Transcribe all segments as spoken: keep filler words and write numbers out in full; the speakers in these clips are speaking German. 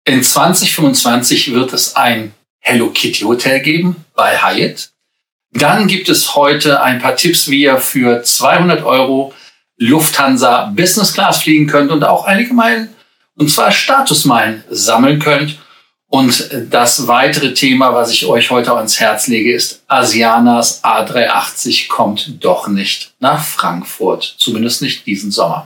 In zwanzig fünfundzwanzig wird es ein Hello Kitty Hotel geben bei Hyatt. Dann gibt es heute ein paar Tipps, wie ihr für zweihundert Euro Lufthansa Business Class fliegen könnt und auch einige Meilen, und zwar Statusmeilen, sammeln könnt. Und das weitere Thema, was ich euch heute ans Herz lege, ist Asianas A dreihundertachtzig kommt doch nicht nach Frankfurt, zumindest nicht diesen Sommer.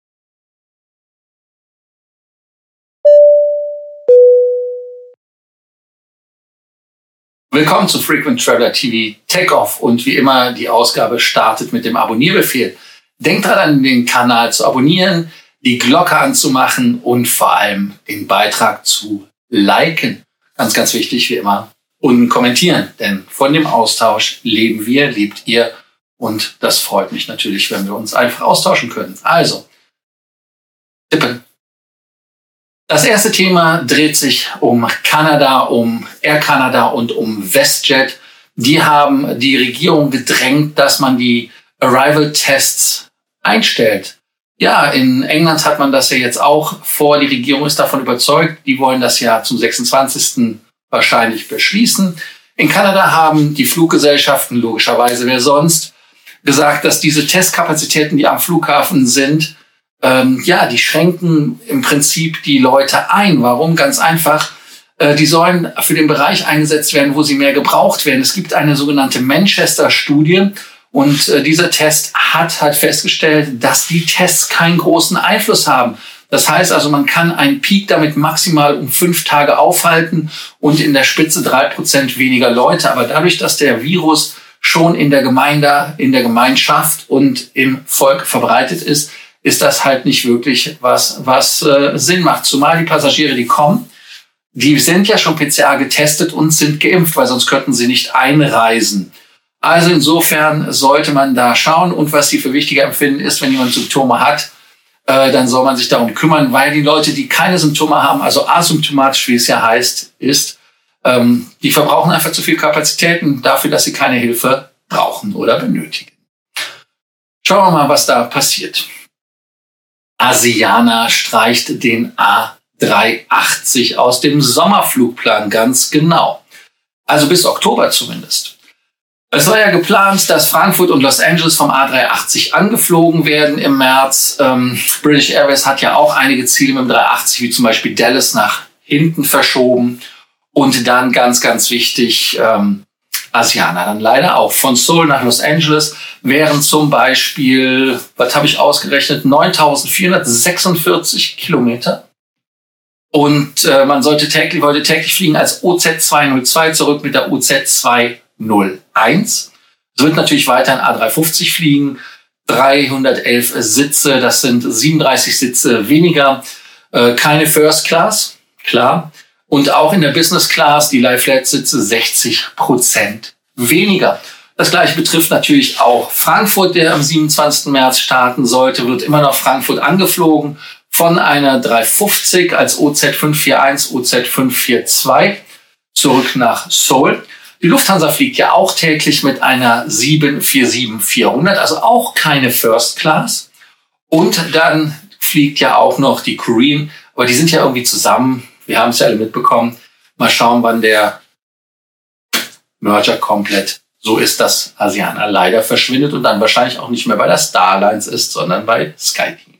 Willkommen zu Frequent Traveler T V Takeoff und wie immer, die Ausgabe startet mit dem Abonnierbefehl. Denkt dran, den Kanal zu abonnieren, die Glocke anzumachen und vor allem den Beitrag zu liken. Ganz, ganz wichtig, wie immer, unten kommentieren, denn von dem Austausch leben wir, lebt ihr und das freut mich natürlich, wenn wir uns einfach austauschen können. Also, tippen. Das erste Thema dreht sich um Kanada, um Air Canada und um WestJet. Die haben die Regierung gedrängt, dass man die Arrival-Tests einstellt. Ja, in England hat man das ja jetzt auch vor. Die Regierung ist davon überzeugt. Die wollen das ja zum sechsundzwanzigsten wahrscheinlich beschließen. In Kanada haben die Fluggesellschaften, logischerweise wer sonst, gesagt, dass diese Testkapazitäten, die am Flughafen sind, ähm, ja, die schränken im Prinzip die Leute ein. Warum? Ganz einfach. Äh, die sollen für den Bereich eingesetzt werden, wo sie mehr gebraucht werden. Es gibt eine sogenannte Manchester-Studie. Und äh, dieser Test hat halt festgestellt, dass die Tests keinen großen Einfluss haben. Das heißt also, man kann einen Peak damit maximal um fünf Tage aufhalten und in der Spitze drei Prozent weniger Leute. Aber dadurch, dass der Virus schon in der Gemeinde, in der Gemeinschaft und im Volk verbreitet ist, ist das halt nicht wirklich was, was äh, Sinn macht. Zumal die Passagiere, die kommen, die sind ja schon P C R getestet und sind geimpft, weil sonst könnten sie nicht einreisen. Also insofern sollte man da schauen. Und was sie für wichtiger empfinden ist, wenn jemand Symptome hat, äh, dann soll man sich darum kümmern, weil die Leute, die keine Symptome haben, also asymptomatisch, wie es ja heißt, ist, ähm, die verbrauchen einfach zu viel Kapazitäten dafür, dass sie keine Hilfe brauchen oder benötigen. Schauen wir mal, was da passiert. Asiana streicht den A dreihundertachtzig aus dem Sommerflugplan, ganz genau. Also bis Oktober zumindest. Es war ja geplant, dass Frankfurt und Los Angeles vom A dreihundertachtzig angeflogen werden im März. Ähm, British Airways hat ja auch einige Ziele mit dem dreihundertachtzig, wie zum Beispiel Dallas, nach hinten verschoben. Und dann ganz, ganz wichtig, ähm, Asiana dann leider auch. Von Seoul nach Los Angeles wären zum Beispiel, was habe ich ausgerechnet, neuntausendvierhundertsechsundvierzig Kilometer. Und äh, man sollte täglich, wollte täglich fliegen als O Z zweihundertzwei zurück mit der O Z zweihunderteins. Es wird natürlich weiter in A dreihundertfünfzig fliegen. dreihundertelf Sitze, das sind siebenunddreißig Sitze weniger. Äh, keine First Class, klar. Und auch in der Business Class, die Lie-Flat-Sitze, sechzig Prozent weniger. Das gleiche betrifft natürlich auch Frankfurt, der am siebenundzwanzigsten März starten sollte, wird immer noch Frankfurt angeflogen von einer dreihundertfünfzig als O Z fünfhunderteinundvierzig, O Z fünfhundertzweiundvierzig zurück nach Seoul. Die Lufthansa fliegt ja auch täglich mit einer sieben vier sieben vierhundert, also auch keine First Class. Und dann fliegt ja auch noch die Korean, aber die sind ja irgendwie zusammen. Wir haben es ja alle mitbekommen. Mal schauen, wann der Merger komplett so ist, dass Asiana leider verschwindet und dann wahrscheinlich auch nicht mehr bei der Starlines ist, sondern bei SkyTeam.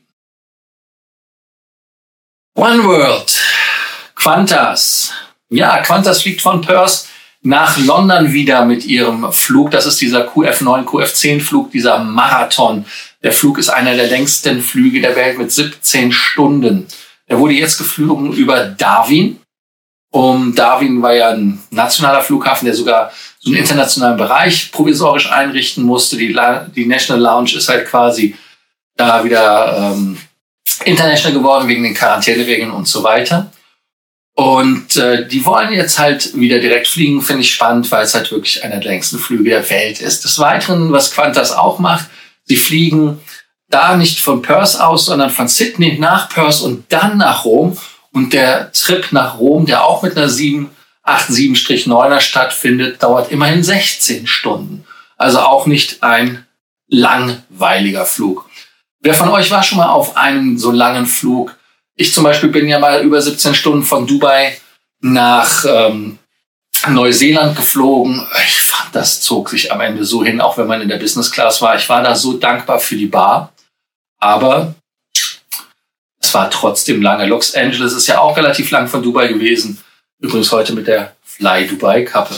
Oneworld, Qantas. Ja, Qantas fliegt von Perth nach London wieder mit ihrem Flug. Das ist dieser Q F neun, Q F zehn Flug, dieser Marathon. Der Flug ist einer der längsten Flüge der Welt mit siebzehn Stunden. Der wurde jetzt geflogen über Darwin. Um Darwin war ja ein nationaler Flughafen, der sogar so einen internationalen Bereich provisorisch einrichten musste. Die, La- die National Lounge ist halt quasi da wieder ähm, international geworden wegen den Quarantäneregeln und so weiter. Und äh, die wollen jetzt halt wieder direkt fliegen, finde ich spannend, weil es halt wirklich einer der längsten Flüge der Welt ist. Des Weiteren, was Qantas auch macht, sie fliegen da nicht von Perth aus, sondern von Sydney nach Perth und dann nach Rom. Und der Trip nach Rom, der auch mit einer sieben acht sieben neuner stattfindet, dauert immerhin sechzehn Stunden. Also auch nicht ein langweiliger Flug. Wer von euch war schon mal auf einem so langen Flug Ich zum Beispiel bin ja mal über siebzehn Stunden von Dubai nach ähm, Neuseeland geflogen. Ich fand, das zog sich am Ende so hin, auch wenn man in der Business Class war. Ich war da so dankbar für die Bar, aber es war trotzdem lange. Los Angeles ist ja auch relativ lang von Dubai gewesen. Übrigens heute mit der Fly Dubai Kappe.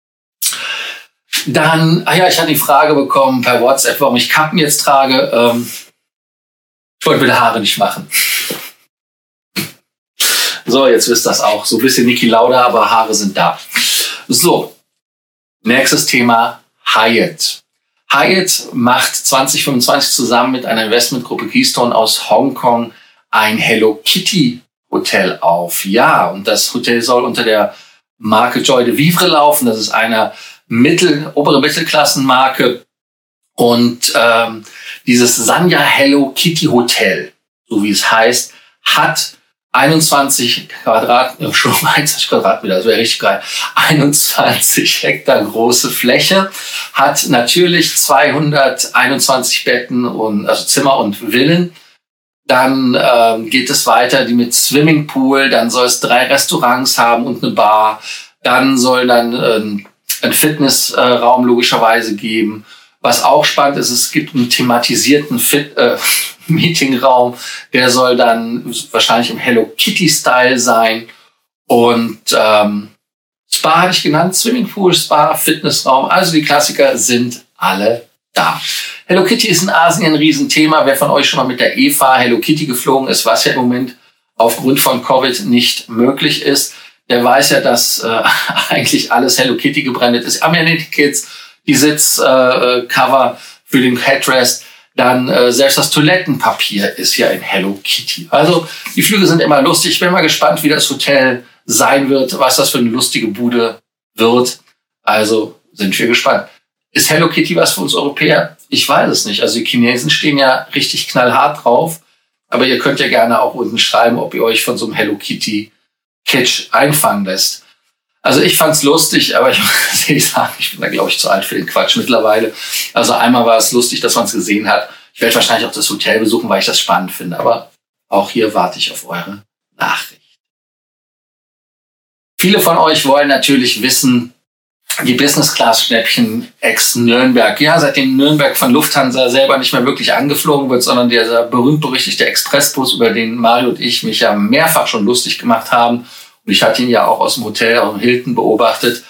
Dann, ah ja, ich hatte die Frage bekommen per WhatsApp, warum ich Kappen jetzt trage. Ähm, ich wollte mir die Haare nicht machen. So, jetzt wisst ihr das auch. So ein bisschen Niki Lauda, aber Haare sind da. So, nächstes Thema, Hyatt. Hyatt macht zwanzig fünfundzwanzig zusammen mit einer Investmentgruppe Keystone aus Hongkong ein Hello Kitty Hotel auf. Ja, und das Hotel soll unter der Marke Joy de Vivre laufen. Das ist eine mittel, obere Mittelklassenmarke. Und ähm, dieses Sanya Hello Kitty Hotel, so wie es heißt, hat einundzwanzig Quadrat, äh, schon einundzwanzig Quadratmeter, das wäre richtig geil, einundzwanzig Hektar große Fläche, hat natürlich zweihunderteinundzwanzig Betten und also Zimmer und Villen. Dann ähm, geht es weiter, die mit Swimmingpool, dann soll es drei Restaurants haben und eine Bar. Dann soll dann ähm, ein Fitnessraum äh, logischerweise geben. Was auch spannend ist, es gibt einen thematisierten Fit, äh, Meetingraum, der soll dann wahrscheinlich im Hello Kitty-Style sein. Und ähm, Spa hatte ich genannt, Swimmingpool, Spa, Fitnessraum, also die Klassiker sind alle da. Hello Kitty ist in Asien ein Riesenthema. Wer von euch schon mal mit der E F A Hello Kitty geflogen ist, was ja im Moment aufgrund von Covid nicht möglich ist, der weiß ja, dass äh, eigentlich alles Hello Kitty gebrandet ist. Am Tickets, die Sitzcover äh, für den Headrest, dann äh, selbst das Toilettenpapier ist ja in Hello Kitty. Also die Flüge sind immer lustig. Ich bin mal gespannt, wie das Hotel sein wird, was das für eine lustige Bude wird. Also sind wir gespannt. Ist Hello Kitty was für uns Europäer? Ich weiß es nicht. Also die Chinesen stehen ja richtig knallhart drauf. Aber ihr könnt ja gerne auch unten schreiben, ob ihr euch von so einem Hello Kitty Kitsch einfangen lässt. Also ich fand's lustig, aber ich muss ehrlich sagen, ich bin da glaube ich zu alt für den Quatsch mittlerweile. Also einmal war es lustig, dass man es gesehen hat. Ich werde wahrscheinlich auch das Hotel besuchen, weil ich das spannend finde. Aber auch hier warte ich auf eure Nachricht. Viele von euch wollen natürlich wissen, die Business-Class-Schnäppchen ex-Nürnberg. Ja, seitdem Nürnberg von Lufthansa selber nicht mehr wirklich angeflogen wird, sondern dieser berühmt-berüchtigte Expressbus, über den Mario und ich mich ja mehrfach schon lustig gemacht haben. Und ich hatte ihn ja auch aus dem Hotel, aus dem Hilton beobachtet.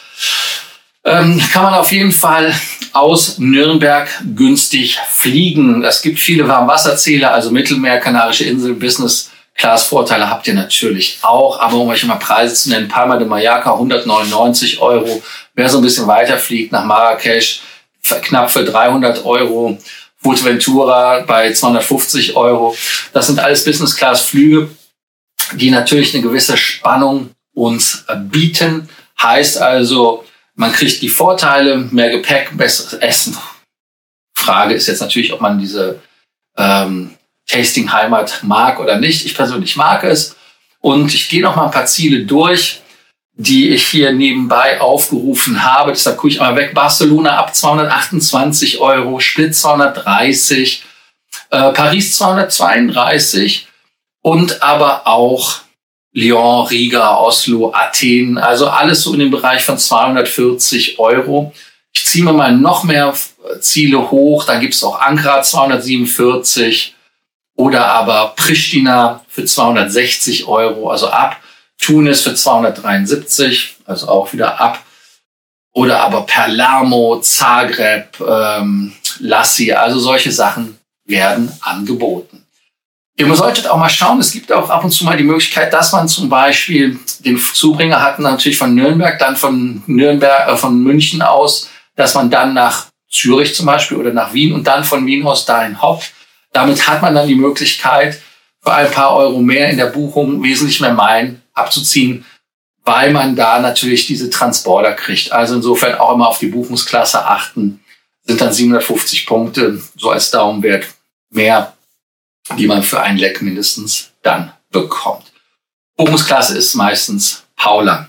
Ähm, kann man auf jeden Fall aus Nürnberg günstig fliegen. Es gibt viele Warmwasserzähler, also Mittelmeer, Kanarische Insel, Business-Class-Vorteile habt ihr natürlich auch. Aber um euch mal Preise zu nennen, Palma de Mallorca hundertneunundneunzig Euro. Wer so ein bisschen weiter fliegt nach Marrakesch, knapp für dreihundert Euro. Fuerteventura bei zweihundertfünfzig Euro. Das sind alles Business-Class-Flüge, die natürlich eine gewisse Spannung uns bieten. Heißt also, man kriegt die Vorteile, mehr Gepäck, besseres Essen. Frage ist jetzt natürlich, ob man diese ähm, Tasting-Heimat mag oder nicht. Ich persönlich mag es. Und ich gehe noch mal ein paar Ziele durch, die ich hier nebenbei aufgerufen habe. Deshalb gucke ich mal weg. Barcelona ab zweihundertachtundzwanzig Euro, Split zweihundertdreißig, äh, Paris zweihundertzweiunddreißig und aber auch Lyon, Riga, Oslo, Athen. Also alles so in dem Bereich von zweihundertvierzig Euro. Ich ziehe mir mal noch mehr Ziele hoch. Da gibt es auch Ankara zweihundertsiebenundvierzig oder aber Pristina für zweihundertsechzig Euro, also ab. Tunis für zweihundertdreiundsiebzig, also auch wieder ab. Oder aber Palermo, Zagreb, ähm, Lassi, also solche Sachen werden angeboten. Ihr solltet auch mal schauen, es gibt auch ab und zu mal die Möglichkeit, dass man zum Beispiel den Zubringer hat, natürlich von Nürnberg, dann von Nürnberg, äh, von München aus, dass man dann nach Zürich zum Beispiel oder nach Wien und dann von Wien aus dahin hoppt. Damit hat man dann die Möglichkeit, für ein paar Euro mehr in der Buchung wesentlich mehr Meilen abzuziehen, weil man da natürlich diese Transporter kriegt. Also insofern auch immer auf die Buchungsklasse achten. Sind dann siebenhundertfünfzig Punkte, so als Daumenwert mehr, die man für ein Leck mindestens dann bekommt. Buchungsklasse ist meistens Paula.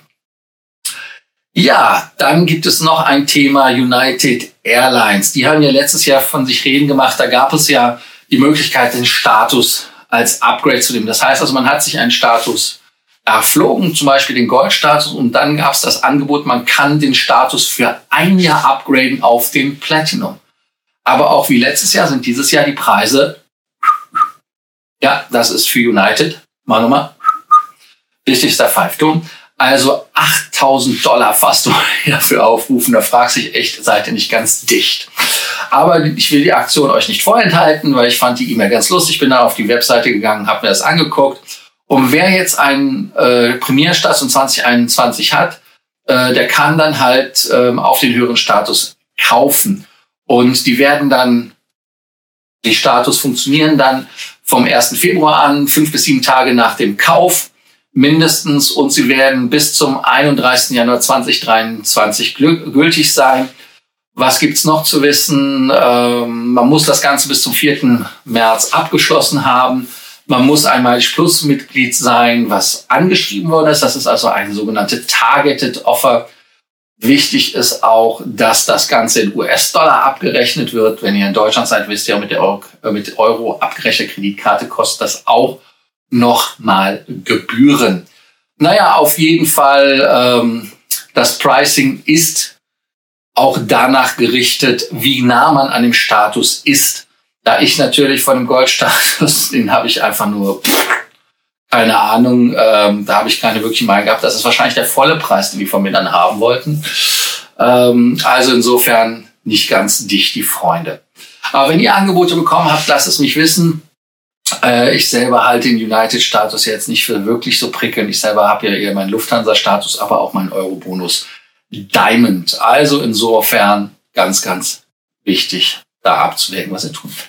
Ja, dann gibt es noch ein Thema United Airlines. Die haben ja letztes Jahr von sich reden gemacht. Da gab es ja die Möglichkeit, den Status als Upgrade zu dem. Das heißt also, man hat sich einen Status erflogen, zum Beispiel den Gold-Status, und dann gab es das Angebot, man kann den Status für ein Jahr upgraden auf den Platinum. Aber auch wie letztes Jahr sind dieses Jahr die Preise, ja, das ist für United, mal nochmal, wichtigster Pfeifton, also achttausend Dollar fast dafür aufrufen. Da fragt sich echt, seid ihr nicht ganz dicht? Aber ich will die Aktion euch nicht vorenthalten, weil ich fand die E-Mail ganz lustig. Ich bin da auf die Webseite gegangen, habe mir das angeguckt. Und wer jetzt einen äh, Premierstatus zwanzig einundzwanzig hat, äh, der kann dann halt ähm, auf den höheren Status kaufen. Und die werden dann, die Status funktionieren dann vom ersten Februar an, fünf bis sieben Tage nach dem Kauf mindestens. Und sie werden bis zum einunddreißigsten Januar zweitausenddreiundzwanzig gültig sein. Was gibt's noch zu wissen? Ähm, man muss das Ganze bis zum vierten März abgeschlossen haben. Man muss einmalig Plus-Mitglied sein, was angeschrieben worden ist. Das ist also eine sogenannte Targeted Offer. Wichtig ist auch, dass das Ganze in U S-Dollar abgerechnet wird. Wenn ihr in Deutschland seid, wisst ihr, mit der Euro, mit Euro abgerechnete Kreditkarte kostet das auch nochmal Gebühren. Naja, auf jeden Fall, ähm, das Pricing ist auch danach gerichtet, wie nah man an dem Status ist. Da ich natürlich von dem Goldstatus, den habe ich einfach nur, pff, keine Ahnung, ähm, da habe ich keine wirkliche Meinung gehabt. Das ist wahrscheinlich der volle Preis, den die von mir dann haben wollten. Ähm, also insofern nicht ganz dicht, die Freunde. Aber wenn ihr Angebote bekommen habt, lasst es mich wissen. Äh, ich selber halte den United-Status jetzt nicht für wirklich so prickelnd. Ich selber habe ja eher meinen Lufthansa-Status, aber auch meinen Euro-Bonus Diamond. Also insofern ganz, ganz wichtig, da abzuwägen, was ihr tun werdet.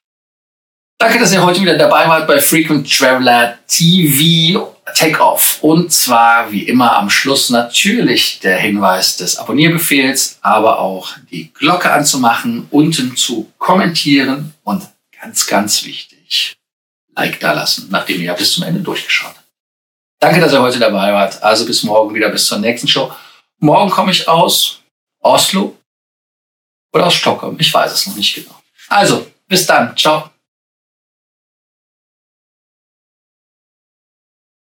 Danke, dass ihr heute wieder dabei wart bei Frequent Traveler T V Takeoff. Und zwar wie immer am Schluss natürlich der Hinweis des Abonnierbefehls, aber auch die Glocke anzumachen, unten zu kommentieren und ganz, ganz wichtig, Like da lassen, nachdem ihr ja bis zum Ende durchgeschaut habt. Danke, dass ihr heute dabei wart. Also bis morgen wieder, bis zur nächsten Show. Morgen komme ich aus Oslo oder aus Stockholm. Ich weiß es noch nicht genau. Also, bis dann. Ciao.